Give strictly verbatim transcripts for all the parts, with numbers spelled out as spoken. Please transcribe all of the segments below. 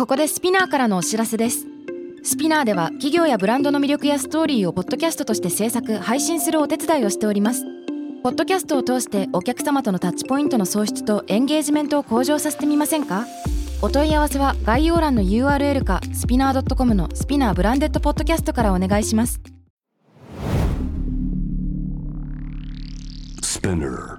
ここでスピナーからのお知らせです。スピナーでは企業やブランドの魅力やストーリーをポッドキャストとして制作・配信するお手伝いをしております。ポッドキャストを通してお客様とのタッチポイントの創出とエンゲージメントを向上させてみませんか？お問い合わせは概要欄の ユーアールエル かスピナー ドットコム のスピナーブランデッドポッドキャストからお願いします。 Spinner.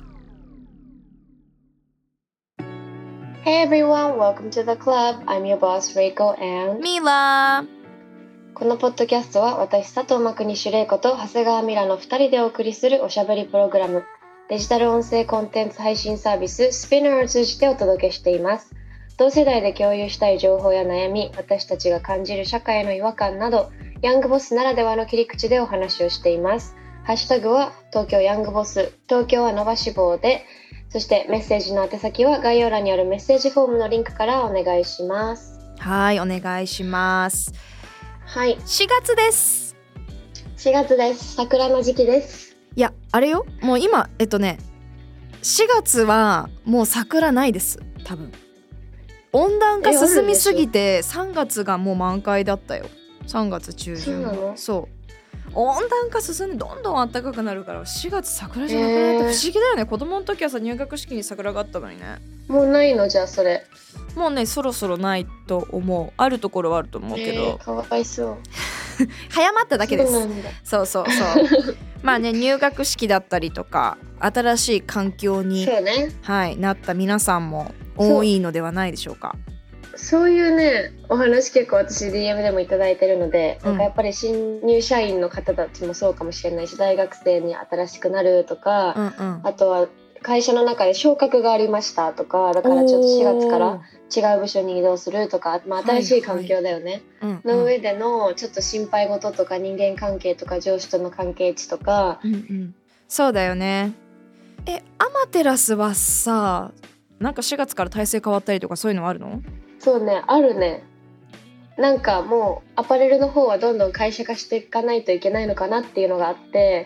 Hey everyone, welcome to the club. I'm your boss, Reiko and ミラー。 このポッドキャストは私、佐藤真国主玲子と長谷川ミラのふたりでお送りするおしゃべりプログラム、デジタル音声コンテンツ配信サービス Spinner を通じてお届けしています。同世代で共有したい情報や悩み、私たちが感じる社会の違和感など、ヤングボスならではの切り口でお話をしています。ハッシュタグは東京ヤングボス、東京は伸ばし棒で、そしてメッセージの宛先は概要欄にあるメッセージフォームのリンクからお願いします。 はい、お願いします。 はい、 しがつです。 しがつです。桜の時期です。 いや、あれよ、もう今えっとねしがつはもう桜ないです。多分温暖化進みすぎてさんがつがもう満開だったよ。さんがつ中旬。 そうなの？ そう温暖化進んでどんどん暖かくなるからしがつ桜じゃなくなって不思議だよね。子供の時はさ入学式に桜があったのにね。 もうないの？じゃあそれもうねそろそろないと思う。あるところはあると思うけど、 えー、かわいそう早まっただけです。 そうなんだ。 そうそうそうまあね入学式だったりとか新しい環境に、 そうね、 はい、なった皆さんも多いのではないでしょうか。 そういうねお話結構私 ディーエム でもいただいてるので、 うん、 なんかやっぱり新入社員の方たちもそうかもしれないし、大学生に新しくなるとか、 うんうん、 あとは会社の中で昇格がありましたとか、だからちょっとしがつから違う部署に移動するとか、まあ、新しい環境だよね、はいはい、の上でのちょっと心配事とか人間関係とか上司との関係値とか、 うんうん、そうだよね。え、アマテラスはさなんかしがつから体制変わったりとかそういうのあるの？ そうね、あるね。なんかもうアパレルの方はどんどん会社化していかないといけないのかなっていうのがあって、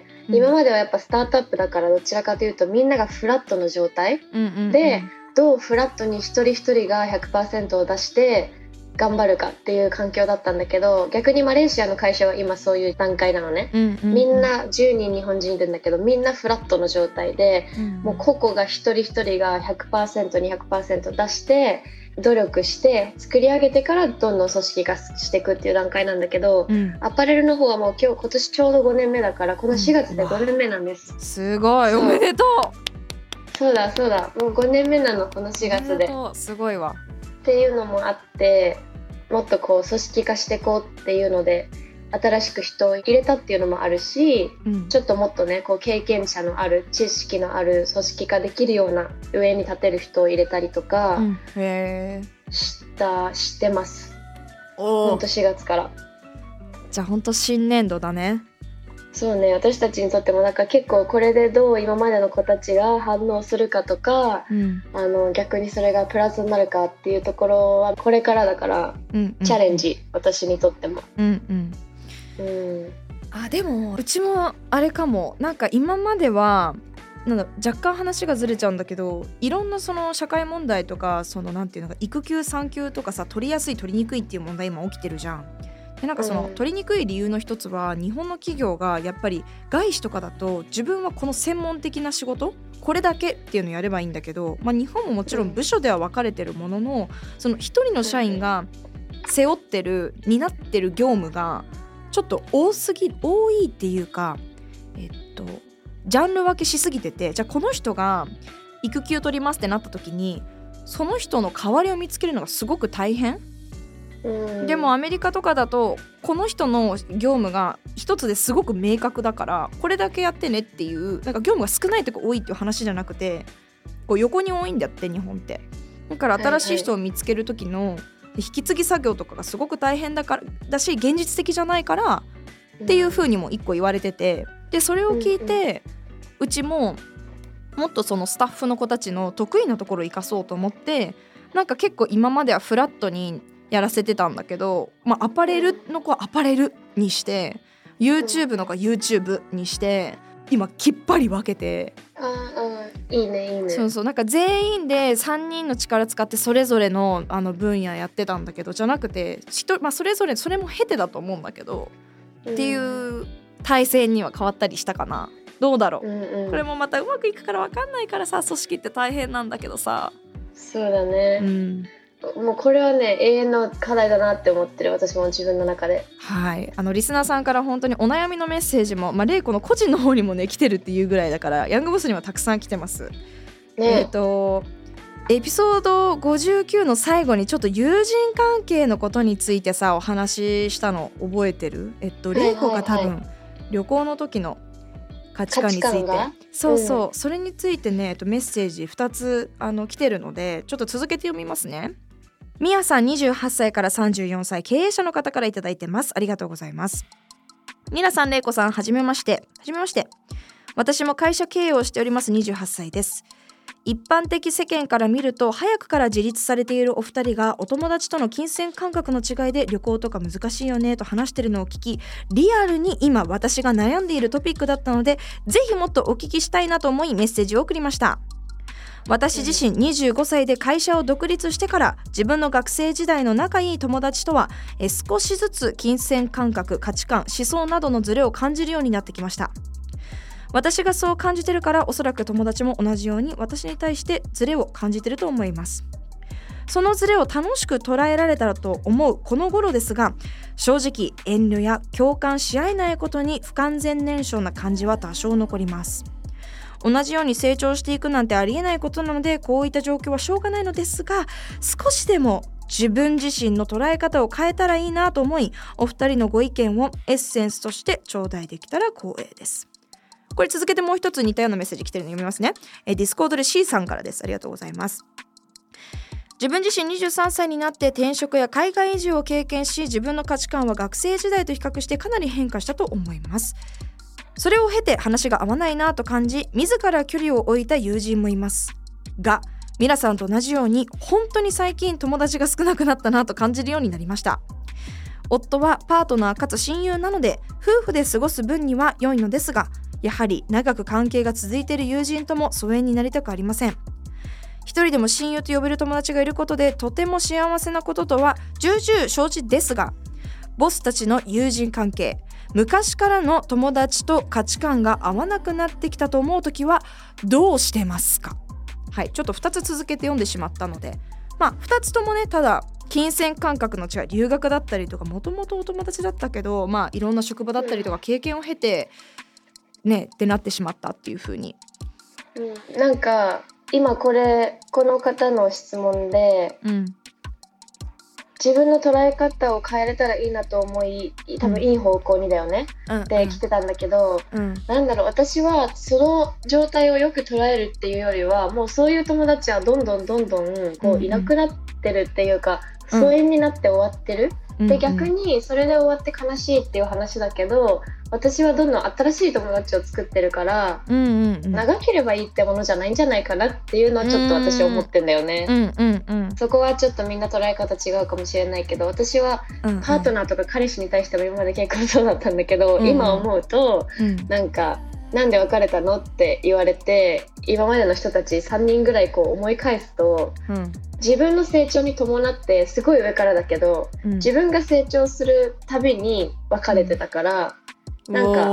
うん、今まではやっぱスタートアップだからどちらかというとみんながフラットの状態、うんうんうん、でどうフラットに一人一人が ひゃくパーセント を出して頑張るかっていう環境だったんだけど、逆にマレーシアの会社は今そういう段階なのね、うんうんうん、みんなじゅうにん日本人いるんだけどみんなフラットの状態で、うんうん、もう個々が一人一人が ひゃくパーセントにひゃくパーセント 出して努力して作り上げてからどんどん組織化していくっていう段階なんだけど、うん、アパレルの方はもう今日今年ちょうどごねんめだからこのしがつでごねんめなんです、 うん、すごいおめでとう。そうだそうだ、もうごねんめなのこのしがつで。 すごいわっていうのもあって、もっとこう組織化していこうっていうので新しく人を入れたっていうのもあるし、うん、ちょっともっとねこう経験者のある知識のある組織化できるような上に立てる人を入れたりとか、うん、へーしたしてます。ほんとしがつから。 じゃあほんと新年度だね。 そうね、私たちにとってもなんか結構これでどう今までの子たちが反応するかとか、うん、あの逆にそれがプラスになるかっていうところはこれからだから、うんうん、チャレンジ、私にとっても、うんうんうん、 あでもうちもあれかも、なんか今まではなんだ若干話がずれちゃうんだけど、いろんなその社会問題とかそのなんていうのか育休産休とかさ取りやすい取りにくいっていう問題今起きてるじゃん。でなんかその取りにくい理由の一つは日本の企業がやっぱり外資とかだと自分はこの専門的な仕事これだけっていうのやればいいんだけど、まあ、日本ももちろん部署では分かれてるものの、その一人の社員が背負ってる担ってる業務がちょっと多すぎ多いっていうか、えっとジャンル分けしすぎてて、じゃあこの人が育休取りますってなった時にその人の代わりを見つけるのがすごく大変。でもアメリカとかだとこの人の業務が一つですごく明確だからこれだけやってねっていう、なんか業務が少ないとか多いっていう話じゃなくて、こう横に多いんだって日本って。だから新しい人を見つける時の引き継ぎ作業とかがすごく大変だからだし現実的じゃないからっていう風にも一個言われてて、でそれを聞いてうちももっとそのスタッフの子たちの得意なところを生かそうと思って、なんか結構今まではフラットにやらせてたんだけど、まあ、アパレルの子はアパレルにして YouTube の子は YouTube にして今きっぱり分けて、 いいねいいね。 そうそう、なんか全員でさんにんの力使ってそれぞれのあの分野やってたんだけど、じゃなくて人、まあ、それぞれそれも経てだと思うんだけど、うん、っていう体制には変わったりしたかな。どうだろう、うんうん、これもまたうまくいくから分かんないからさ、組織って大変なんだけどさ。 そうだね、うん、もうこれはね永遠の課題だなって思ってる、私も自分の中で。 はい、あのリスナーさんから本当にお悩みのメッセージも、まあ、レイコの個人の方にもね来てるっていうぐらいだから、ヤングボスにはたくさん来てます、ね。えっとエピソードごじゅうきゅうの最後にちょっと友人関係のことについてさお話ししたの覚えてる？えっとレイコが多分旅行の時の価値観について、そうそう、うん、それについてね、えっと、メッセージふたつあの来てるので、ちょっと続けて読みますね。みやさんにじゅうはっさいからさんじゅうよんさい、経営者の方からいただいてます。ありがとうございます。みなさん、れいこさん、はじめましてはじめまして。私も会社経営をしておりますにじゅうはっさいです。一般的世間から見ると早くから自立されているお二人がお友達との金銭感覚の違いで旅行とか難しいよねと話しているのを聞き、リアルに今私が悩んでいるトピックだったので、ぜひもっとお聞きしたいなと思いメッセージを送りました。私自身にじゅうごさいで会社を独立してから、自分の学生時代の仲いい友達とはえ少しずつ金銭感覚、価値観、思想などのズレを感じるようになってきました。私がそう感じてるから、おそらく友達も同じように私に対してズレを感じてると思います。そのズレを楽しく捉えられたらと思うこの頃ですが、正直遠慮や共感し合えないことに不完全燃焼な感じは多少残ります。同じように成長していくなんてありえないことなので、こういった状況はしょうがないのですが、少しでも自分自身の捉え方を変えたらいいなと思い、お二人のご意見をエッセンスとして頂戴できたら光栄です。これ続けてもう一つ似たようなメッセージ来てるの読みますね。えディスコードで C さんからです。ありがとうございます。自分自身にじゅうさんさいになって転職や海外移住を経験し、自分の価値観は学生時代と比較してかなり変化したと思います。それを経て話が合わないなと感じ、自ら距離を置いた友人もいますが、皆さんと同じように本当に最近友達が少なくなったなと感じるようになりました。夫はパートナーかつ親友なので、夫婦で過ごす分には良いのですが、やはり長く関係が続いている友人とも疎遠になりたくありません。一人でも親友と呼べる友達がいることでとても幸せなこととは重々承知ですが、ボスたちの友人関係、昔からの友達と価値観が合わなくなってきたと思うときはどうしてますか？はい、ちょっとふたつ続けて読んでしまったので、まあふたつともね、ただ金銭感覚の違い、留学だったりとか、もともとお友達だったけど、まあいろんな職場だったりとか経験を経てねってなってしまったっていう風に、 うん、なんか今これこの方の質問で、うん、自分の捉え方を変えれたらいいなと思い、多分いい方向にだよね、うん、って来てたんだけど、うん、なんだろう、私はその状態をよく捉えるっていうよりは、もうそういう友達はどんどんどんどんこういなくなってるっていうか、うん、疎遠になって終わってる、うん、で逆にそれで終わって悲しいっていう話だけど、私はどんどん新しい友達を作ってるから、うんうんうん、長ければいいってものじゃないんじゃないかなっていうのはちょっと私思ってんだよね、うんうんうん、そこはちょっとみんな捉え方違うかもしれないけど、私はパートナーとか彼氏に対しても今まで結構そうだったんだけど、うんうん、今思うと、うん、なんかなんで別れたのって言われて、今までの人たちさんにんぐらいこう思い返すと、うん、自分の成長に伴ってすごい上からだけど、うん、自分が成長するたびに別れてたから、うん、なんか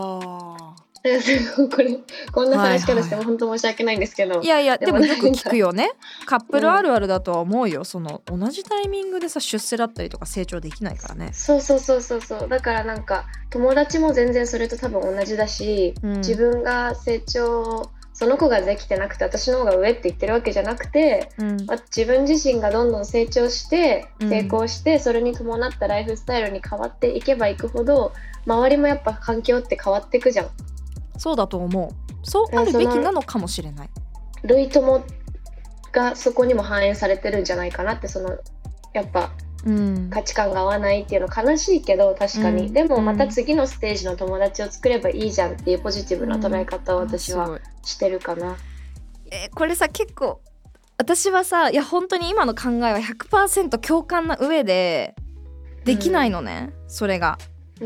これこんな話からしても本当申し訳ないんですけど、はいはい、 いやいやでもよく聞くよね。カップルあるあるだとは思うよ、うん、その同じタイミングでさ出世だったりとか成長できないからね。 そうそうそうそうそう、だからなんか友達も全然それと多分同じだし、うん、自分が成長、その子ができてなくて私の方が上って言ってるわけじゃなくて、うん、自分自身がどんどん成長して成功して、うん、それに伴ったライフスタイルに変わっていけばいくほど、周りもやっぱ環境って変わっていくじゃん。 そうだと思う。そうあるべきなのかもしれない。 類友がそこにも反映されてるんじゃないかなって、そのやっぱ、うん、価値観が合わないっていうの悲しいけど確かに、うん、でもまた次のステージの友達を作ればいいじゃんっていうポジティブな捉え方を私はしてるかな、うん、 えー、これさ結構私はさ、いや本当に今の考えは ひゃくパーセント 共感な上でできないのね、うん、それがうん、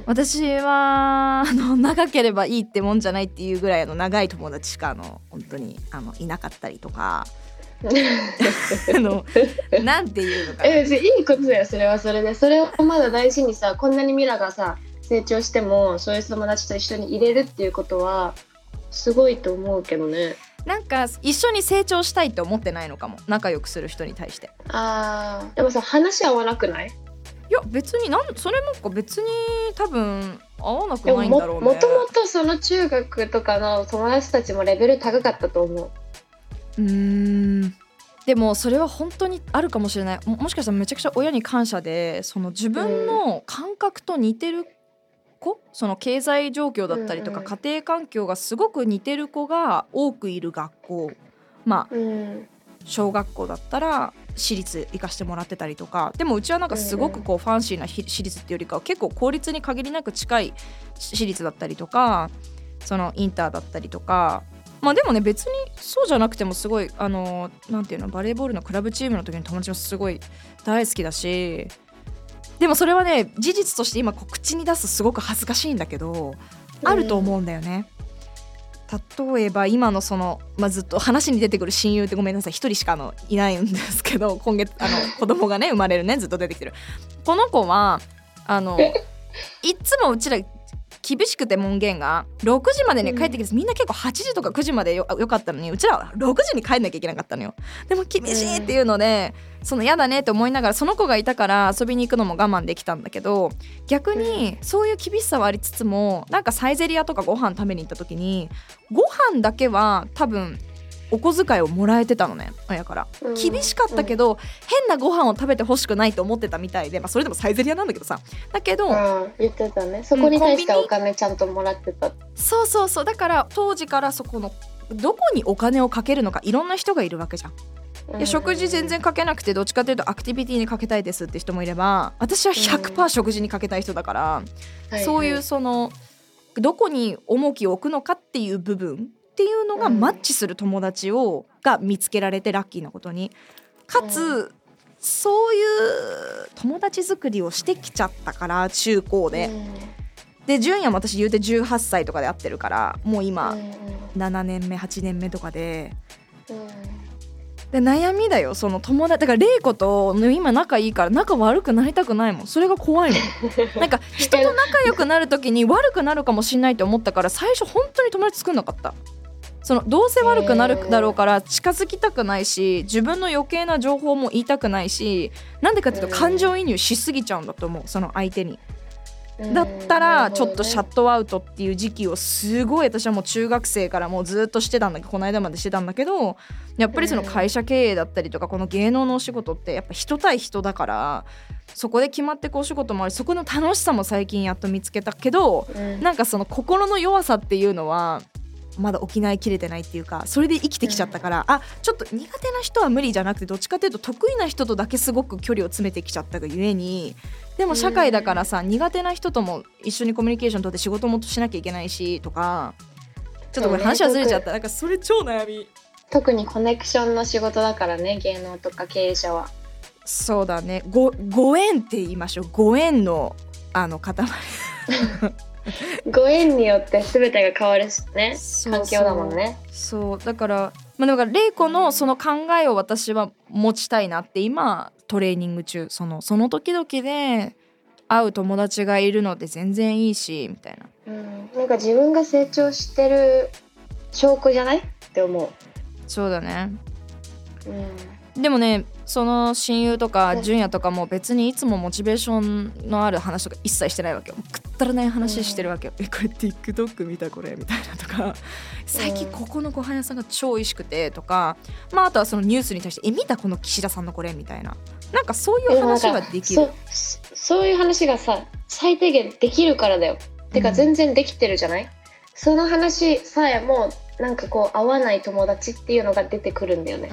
私はあの長ければいいってもんじゃないっていうぐらいの長い友達しかあの本当にあのいなかったりとかあのなんていうのかな、 え別にいいことだよそれはそれで、それをまだ大事にさ、こんなにミラがさ成長してもそういう友達と一緒に入れるっていうことはすごいと思うけどね。 なんか一緒に成長したいって思ってないのかも、仲良くする人に対して。 あーでもさ話合わなくない？ いや別になんそれもか別に多分合わなくでもないんだろうね。 もともとその中学とかの友達たちもレベル高かったと思う。 うーんでもそれは本当にあるかもしれない。 も, もしかしたらめちゃくちゃ親に感謝で、その自分の感覚と似てる子、その経済状況だったりとかうんうん家庭環境がすごく似てる子が多くいる学校、まあうん小学校だったら私立行かしてもらってたりとか、でもうちはなんかすごくこうファンシーなひ私立っていうよりかは結構公立に限りなく近い私立だったりとか、そのインターだったりとか、まあでもね別にそうじゃなくてもすごいあのなんていうのバレーボールのクラブチームの時の友達もすごい大好きだし、でもそれはね事実として今こう口に出すとすごく恥ずかしいんだけど、あると思うんだよね。例えば今のその、まあ、ずっと話に出てくる親友ってごめんなさい一人しかあのいないんですけど、今月あの子供がね生まれるねずっと出てきてるこの子はあのいつもうちら厳しくて門限がろくじまでに帰ってきて、みんな結構はちじとかくじまで よ, よかったのにうちらはろくじに帰んなきゃいけなかったのよ。でも厳しいっていうので、そのやだねって思いながらその子がいたから遊びに行くのも我慢できたんだけど、逆にそういう厳しさはありつつもなんかサイゼリヤとかご飯食べに行った時にご飯だけは多分お小遣いをもらえてたのね親から。厳しかったけど、うん、変なご飯を食べてほしくないと思ってたみたいで、まあ、それでもサイゼリヤなんだけどさ、だけど、 うん、言ってたね。そこに対してお金ちゃんともらってた、うん、 そうそうそう。だから当時からそこのどこにお金をかけるのかいろんな人がいるわけじゃん。いや食事全然かけなくてどっちかというとアクティビティにかけたいですって人もいれば、私は ひゃくパーセント 食事にかけたい人だから、うん、そういうそのどこに重きを置くのかっていう部分っていうのがマッチする友達を、うん、が見つけられてラッキーなことに、かつ、うん、そういう友達作りをしてきちゃったから中高で、うん、で純也も私言うてじゅうはっさいとかで会ってるからもう今、うん、ななねんめはちねんめとかで、うん、で悩みだよその友達だから。玲子と今仲いいから仲悪くなりたくないもん。それが怖いもんなんか人と仲良くなる時に悪くなるかもしれないと思ったから最初本当に友達作んなかった。そのどうせ悪くなるだろうから近づきたくないし、自分の余計な情報も言いたくないし、なんでかっていうと感情移入しすぎちゃうんだと思うその相手に。だったらちょっとシャットアウトっていう時期をすごい私はもう中学生からもうずっとしてたんだけど、この間までしてたんだけど、やっぱりその会社経営だったりとかこの芸能のお仕事ってやっぱ人対人だから、そこで決まってくお仕事もあり、そこの楽しさも最近やっと見つけたけど、なんかその心の弱さっていうのはまだ補いきれてないっていうか、それで生きてきちゃったから、うん、あちょっと苦手な人は無理じゃなくてどっちかというと得意な人とだけすごく距離を詰めてきちゃったがゆえに、でも社会だからさ、うん、苦手な人とも一緒にコミュニケーション取って仕事もしなきゃいけないしとか、ちょっとこれ話はずれちゃった、なんかそれ超悩み。 特にコネクションの仕事だからね、芸能とか経営者は。 そうだね、 ご, ご縁って言いましょう。ご縁のあの塊ご縁によって全てが変わるしね、環境だもんね。 そうだから、まあ、だから玲子のその考えを私は持ちたいなって今トレーニング中、そのその時々で会う友達がいるので全然いいしみたいな、 うん、なんか自分が成長してる証拠じゃないって思う。 そうだね、 うん、 でもねその親友とか純也とかも別にいつもモチベーションのある話とか一切してないわけよ。くったらない話してるわけよ、うん、えこれ TikTok 見たこれみたいなとか、最近ここのご飯屋さんが超美味しくてとか、まあ、あとはそのニュースに対してえ見たこの岸田さんのこれみたいな、なんかそういう話ができる。 そ, そういう話がさ最低限できるからだよ。てか全然できてるじゃない、うん、その話さえもなんかこう合わない友達っていうのが出てくるんだよね、 うん、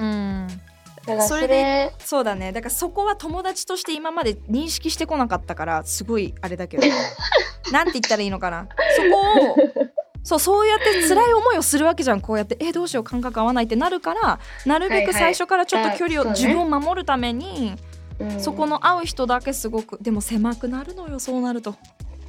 だからそれそれでそうだね、だからそこは友達として今まで認識してこなかったからすごいあれだけどなんて言ったらいいのかな、そこをそうそうやって辛い思いをするわけじゃん。こうやってえどうしよう感覚合わないってなるから、なるべく最初からちょっと距離を、はいはい、自分を守るために、そ, ね、そこの会う人だけすごくでも狭くなるのよ。そうなると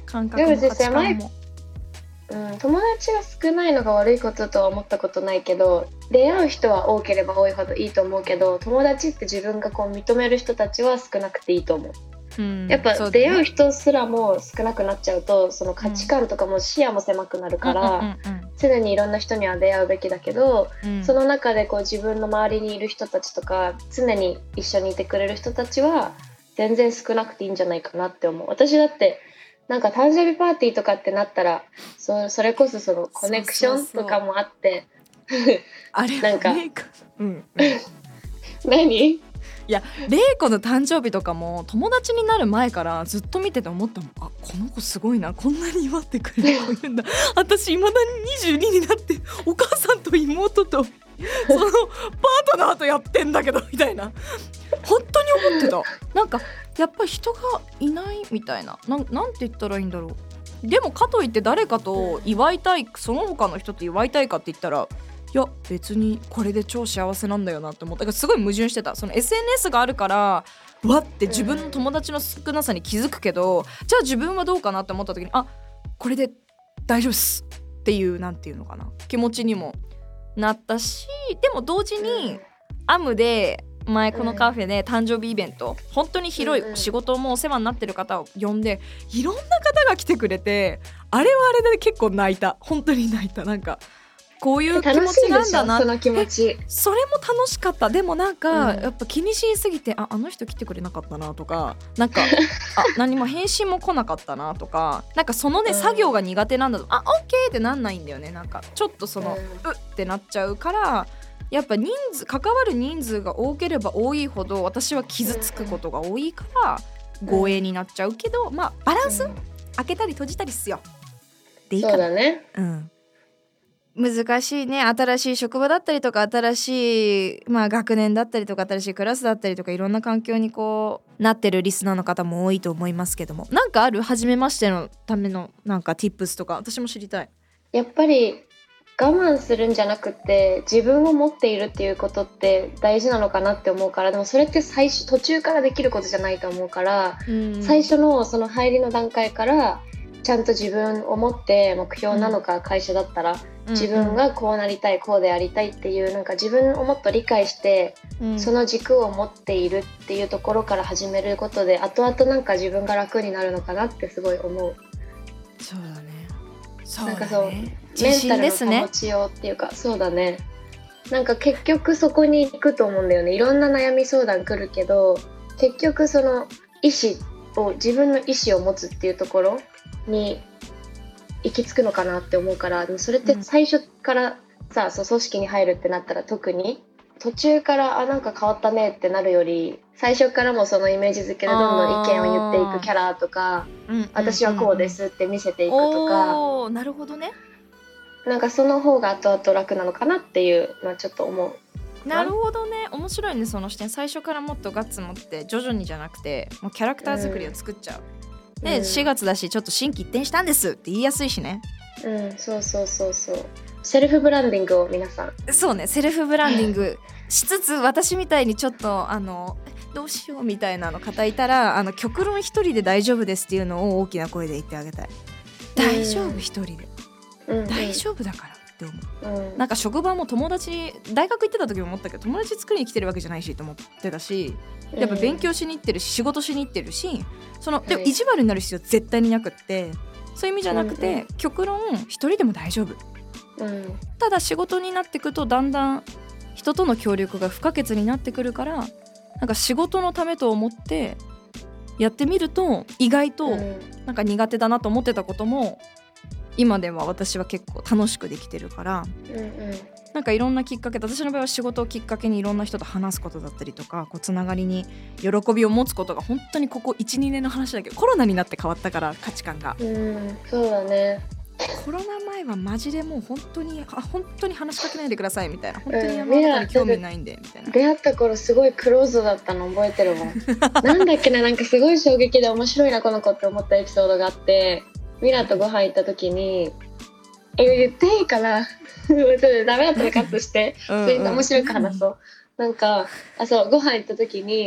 感覚も価値観も。 うん、友達が少ないのが悪いこととは思ったことないけど、出会う人は多ければ多いほどいいと思うけど、友達って自分がこう認める人たちは少なくていいと思う。うん、やっぱ出会う人すらも少なくなっちゃうと、その価値観とかも視野も狭くなるから、常にいろんな人には出会うべきだけど、うん、その中でこう自分の周りにいる人たちとか常に一緒にいてくれる人たちは全然少なくていいんじゃないかなって思う。私だってなんか誕生日パーティーとかってなったら そ, それこそそのコネクションとかもあってあれなんか、うん、 何いや、レイコの誕生日とかも友達になる前からずっと見てて思ったもん。あ、この子すごいな、こんなに祝ってくれる子いるんだ私未だににじゅうにになってお母さんと妹とそのパートナーとやってんだけどみたいな、本当に思ってた。なんかやっぱり人がいないみたいな、な ん, なんて言ったらいいんだろう。でもかといって誰かと祝いたい、その他の人と祝いたいかって言ったら、いや別にこれで超幸せなんだよなって思った。だからすごい矛盾してた。その エスエヌエス があるからわって自分の友達の少なさに気づくけど、じゃあ自分はどうかなって思った時に、あ、これで大丈夫っすっていう、なんていうのかな、気持ちにもなったし、でも同時にアムで前このカフェで誕生日イベント、本当に広い仕事もお世話になってる方を呼んで、いろんな方が来てくれて、あれはあれで結構泣いた。本当に泣いた。なんかこういう気持ちなんだな。 その気持ち、 それも楽しかった。でもなんか、うん、やっぱ気にしすぎて、あ、あの人来てくれなかったなとか、なんかあ、何も返信も来なかったなとか、なんかそのね、うん、作業が苦手なんだと、あ、オッケーってなんないんだよね。なんかちょっとその、うん、うってなっちゃうから、やっぱ人数、関わる人数が多ければ多いほど私は傷つくことが多いから護衛になっちゃうけど、うん、まあバランス、うん、開けたり閉じたりっすよでいいかな。 そうだね、 うん、難しいね。新しい職場だったりとか、新しい、まあ、学年だったりとか、新しいクラスだったりとか、いろんな環境にこうなってるリスナーの方も多いと思いますけども、なんかある？初めましてのためのなんか tips とか、私も知りたい。 やっぱり我慢するんじゃなくて自分を持っているっていうことって大事なのかなって思うから、でもそれって最初途中からできることじゃないと思うから、うん、最初のその入りの段階からちゃんと自分を持って、目標なのか、うん、会社だったら自分がこうなりたい、こうでありたいっていう、なんか自分をもっと理解して、うん、その軸を持っているっていうところから始めることで、後々なんか自分が楽になるのかなってすごい思う。 そうだね。そうだね。 なんかそうメンタルの保ちようっていうか、そうだね。なんか結局そこに行くと思うんだよね。いろんな悩み相談来るけど、結局その意思を、自分の意思を持つっていうところに行き着くのかなって思うから、でもそれって最初からさ、うん、そう組織に入るってなったら特に途中からあなんか変わったねってなるより、最初からもそのイメージ付けでどんどん意見を言っていくキャラとか、私はこうですって見せていくとか、 おー、なるほどね。 なんかその方が後々楽なのかなっていうのはちょっと思う。 なるほどね。面白いね、その視点。最初からもっとガッツ持って徐々にじゃなくて、もうキャラクター作りを作っちゃう、うん、で、うん、しがつだしちょっと心機一転したんですって言いやすいしね。 うん、そうそうそうそう。セルフブランディングを皆さん。 そうね、セルフブランディングしつつ、私みたいにちょっとあのどうしようみたいなの方いたら、あの極論一人で大丈夫ですっていうのを大きな声で言ってあげたい。大丈夫、一人で、うんうん、大丈夫だからって思う、うん、なんか職場も友達、大学行ってた時も思ったけど、友達作りに来てるわけじゃないしと思ってたし、やっぱ勉強しに行ってるし、仕事しに行ってるし、そのでも意地悪になる必要絶対になくって、そういう意味じゃなくて、うんうん、極論一人でも大丈夫、うん、ただ仕事になってくとだんだん人との協力が不可欠になってくるから、なんか仕事のためと思ってやってみると意外となんか苦手だなと思ってたことも今では私は結構楽しくできてるから、うんうん、なんかいろんなきっかけで、私の場合は仕事をきっかけにいろんな人と話すことだったりとか、こうつながりに喜びを持つことが本当にここ いちにねんの話だけど、コロナになって変わったから価値観が、 うん、そうだね。 コロナ前はマジでもう本当にあ本当に話しかけないでくださいみたいな、本当にあなたに興味ないんでみたいな。 出会った頃すごいクローズだったの覚えてるもんなんだっけな、なんかすごい衝撃で面白いなこの子って思ったエピソードがあって、ミラとご飯行った時に、え言っていいかなちょっとダメだったらカットしてそれ面白く話そう。なんかあそうご飯行った時に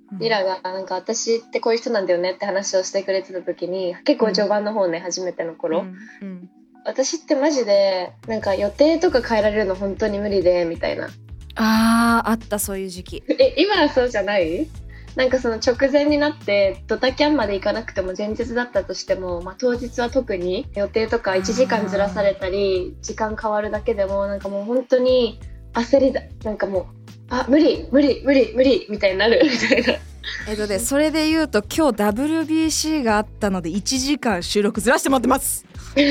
リラがなんか私ってこういう人なんだよねって話をしてくれてた時に、結構序盤の方ね、うん、初めての頃、うんうん、私ってマジでなんか予定とか変えられるの本当に無理でみたいな。 あーあったそういう時期。 え今はそうじゃない？なんかその直前になってドタキャンまで行かなくても前日だったとしても、まあ、当日は特に予定とかいちじかんずらされたり時間変わるだけでもなんかもう本当に焦りだ、なんかもうあ無理無理無理無理みたいになるみたいな。 えっとねそれで言うと今日 ダブリュービーシー があったのでいちじかん収録ずらしてもらってます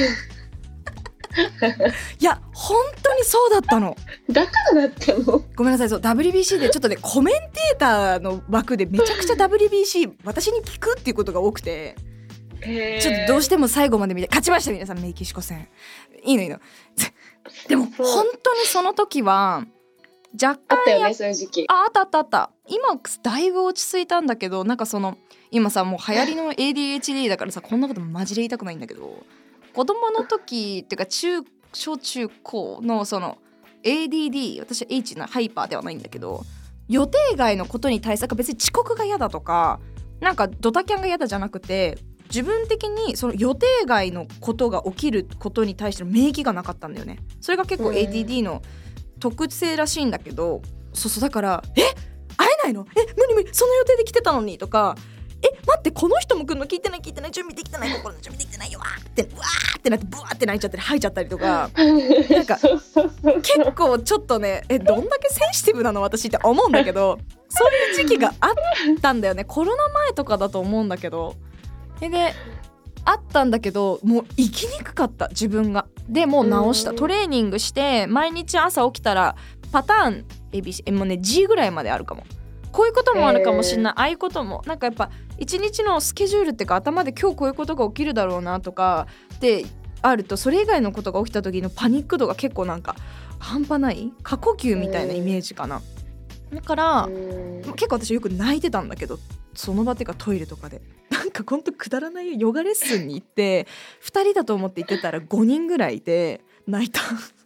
いや本当にそうだったの。 だからだったの？ ごめんなさい。そう ダブリュービーシー でちょっとねコメンテーターの枠でめちゃくちゃ ダブリュービーシー 私に聞くっていうことが多くて、ちょっとどうしても最後まで見て勝ちました皆さんメキシコ戦。いいのいいのでも本当にその時は若干あったよねそういう時期。 ああったあったあった。今だいぶ落ち着いたんだけど、なんかその今さもう流行りの エーディーエイチディー だからさこんなことマジで言いたくないんだけど、子供の時っていうか中小中高のその エーディーディー、 私は H なハイパーではないんだけど、予定外のことに対策、別に遅刻が嫌だとかなんかドタキャンが嫌だじゃなくて、自分的にその予定外のことが起きることに対しての免疫がなかったんだよね。それが結構 エーディーディー の特性らしいんだけど、そうそうだからえ会えないの、え無理無理その予定で来てたのにとか、え待ってこの人も来るの聞いてない聞いてない準備できてない心の準備できてないよわーってわーってなってブワーって泣いちゃったり吐いちゃったりとかなんか結構ちょっとねえどんだけセンシティブなの私って思うんだけどそういう時期があったんだよね。コロナ前とかだと思うんだけど、であったんだけどもう生きにくかった自分が。でもう直した、トレーニングして毎日朝起きたらパターン エービーシー もうね G ぐらいまであるかも。こういうこともあるかもしれない、ああいうこともなんかやっぱ一日のスケジュールっていうか頭で今日こういうことが起きるだろうなとかであると、それ以外のことが起きた時のパニック度が結構なんか半端ない過呼吸みたいなイメージかな。だから結構私よく泣いてたんだけど、その場っていうかトイレとかでなんかほんとくだらないヨガレッスンに行ってふたりだと思って行ってたらごにんぐらいいて泣いた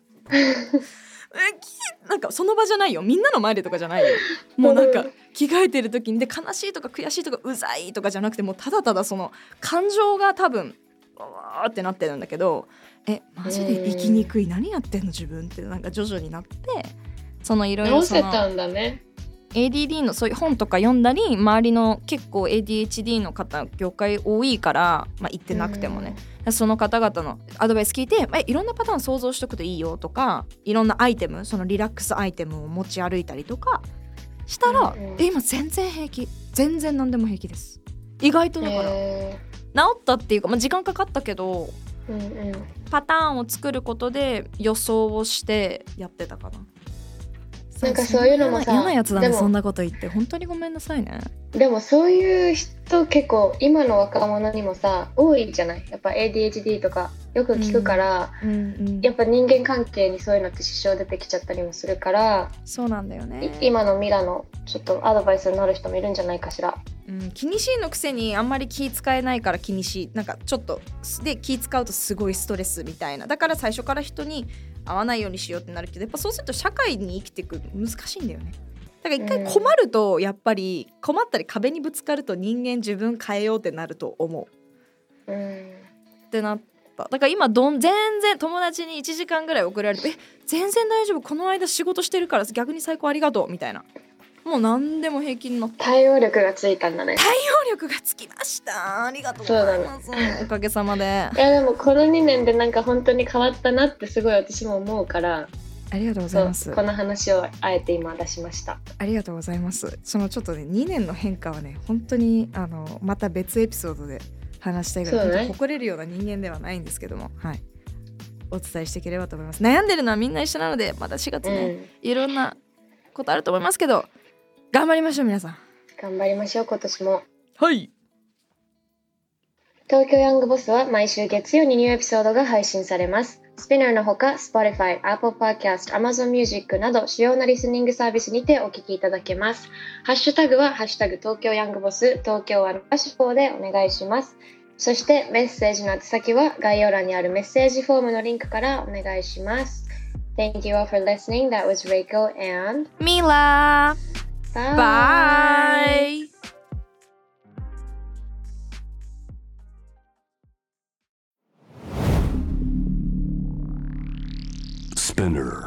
なんかその場じゃないよ、みんなの前でとかじゃないよ、もうなんか着替えてる時にで悲しいとか悔しいとかうざいとかじゃなくて、もうただただその感情が多分わーってなってるんだけど、えマジで生きにくい何やってんの自分ってなんか徐々になって、そのいろいろ直せたんだね。 エーディーディー のそういう本とか読んだり、周りの結構 エーディーエイチディー の方業界多いから、まあ、言ってなくてもね、その方々のアドバイス聞いて、えいろんなパターン想像しとくといいよとか、いろんなアイテム、そのリラックスアイテムを持ち歩いたりとかしたら、うんうん、え今全然平気、全然何でも平気です。意外とだから、えー、治ったっていうか、まあ、時間かかったけど、うんうん、パターンを作ることで予想をしてやってたかな。 なんかそういうのもさ、 嫌なやつだね、そんなこと言って本当にごめんなさいね。 でもそういう人結構今の若者にもさ多いじゃない。やっぱ エーディーエイチディー とかよく聞くから、うんうんうん、やっぱ人間関係にそういうのって支障出てきちゃったりもするから、 そうなんだよね。 今のミラのちょっとアドバイスになる人もいるんじゃないかしら。 うん、気にしいのくせにあんまり気使えないから気にしい、なんかちょっとで気使うとすごいストレスみたいな、だから最初から人に会わないようにしようってなるけど、やっぱそうすると社会に生きていく難しいんだよね。だから一回困るとやっぱり困ったり壁にぶつかると人間自分変えようってなると思う、うん、ってなった。だから今どん全然友達にいちじかんぐらい送られて、え全然大丈夫この間仕事してるから逆に最高ありがとうみたいな、もう何でも平気になった。 対応力がついたんだね。 対応力がつきました。ありがとうございます、ね、おかげさまで。 いやでもこのにねんでなんか本当に変わったなってすごい私も思うから、 ありがとうございます。 この話をあえて今出しました。 ありがとうございます。そのちょっとねにねんの変化はね本当にあのまた別エピソードで話したいぐらい、ね、誇れるような人間ではないんですけども、はい、お伝えしていければと思います。悩んでるのはみんな一緒なのでまたしがつね、うん、いろんなことあると思いますけど頑張りましょう皆さん。 頑張りましょう今年も。 はい。 東京ヤングボスは毎週月曜にニューエピソードが配信されます。スピナーのほか Spotify、Apple Podcast、Amazon Music など主要なリスニングサービスにてお聞きいただけます。ハッシュタグはハッシュタグ東京ヤングボス、東京はのし方でお願いします。そしてメッセージの宛先は概要欄にあるメッセージフォームのリンクからお願いします。Thank you all for listening. That was Reiko and Mila. Bye. Bye. Spinner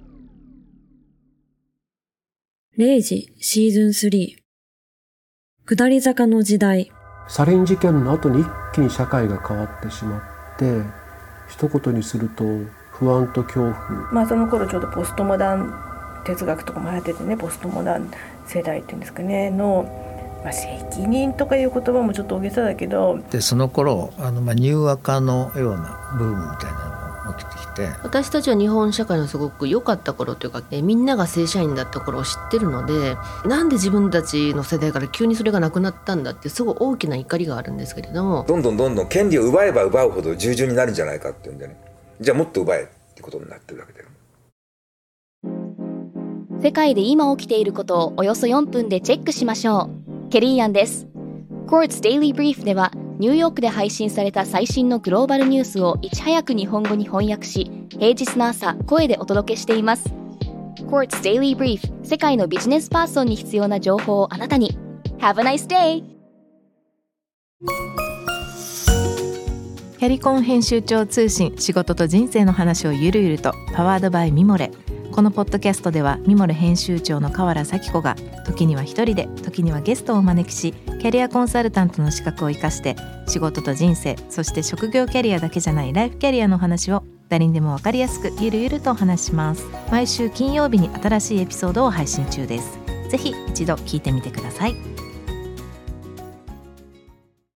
レイジシーズンスリー下り坂の時代。 サリン事件の後に一気に社会が変わってしまって一言にすると不安と恐怖、 まあ、その頃ちょうどポストモダン哲学とかも流行っててね、ポストモダン世代っていうんですかねの、まあ、責任とかいう言葉もちょっと大げさだけど、 でその頃あの、まあ、ニューアカのようなブームみたいなのが起きてきて、 私たちは日本社会のすごく良かった頃というか、えみんなが正社員だった頃を知ってるので、なんで自分たちの世代から急にそれがなくなったんだってすごい大きな怒りがあるんですけれども、 どんどんどんどん権利を奪えば奪うほど従順になるんじゃないかっていうんでね、じゃあもっと奪えってことになってるわけだよ。 世界で今起きていることをおよそよんぷんでチェックしましょう。ケリーアンです。 Quartz Daily Brief ではニューヨークで配信された最新のグローバルニュースをいち早く日本語に翻訳し、平日の朝声でお届けしています。 Quartz Daily Brief、 世界のビジネスパーソンに必要な情報をあなたに。 Have a nice day。 キャリコン編集長通信、仕事と人生の話をゆるゆると、パワードバイミモレ。このポッドキャストではミモレ編集長の河原咲子が時には一人で時にはゲストをお招きし、キャリアコンサルタントの資格を生かして仕事と人生、そして職業キャリアだけじゃないライフキャリアの話を誰にでも分かりやすくゆるゆるとお話します。毎週金曜日に新しいエピソードを配信中です。ぜひ一度聞いてみてください。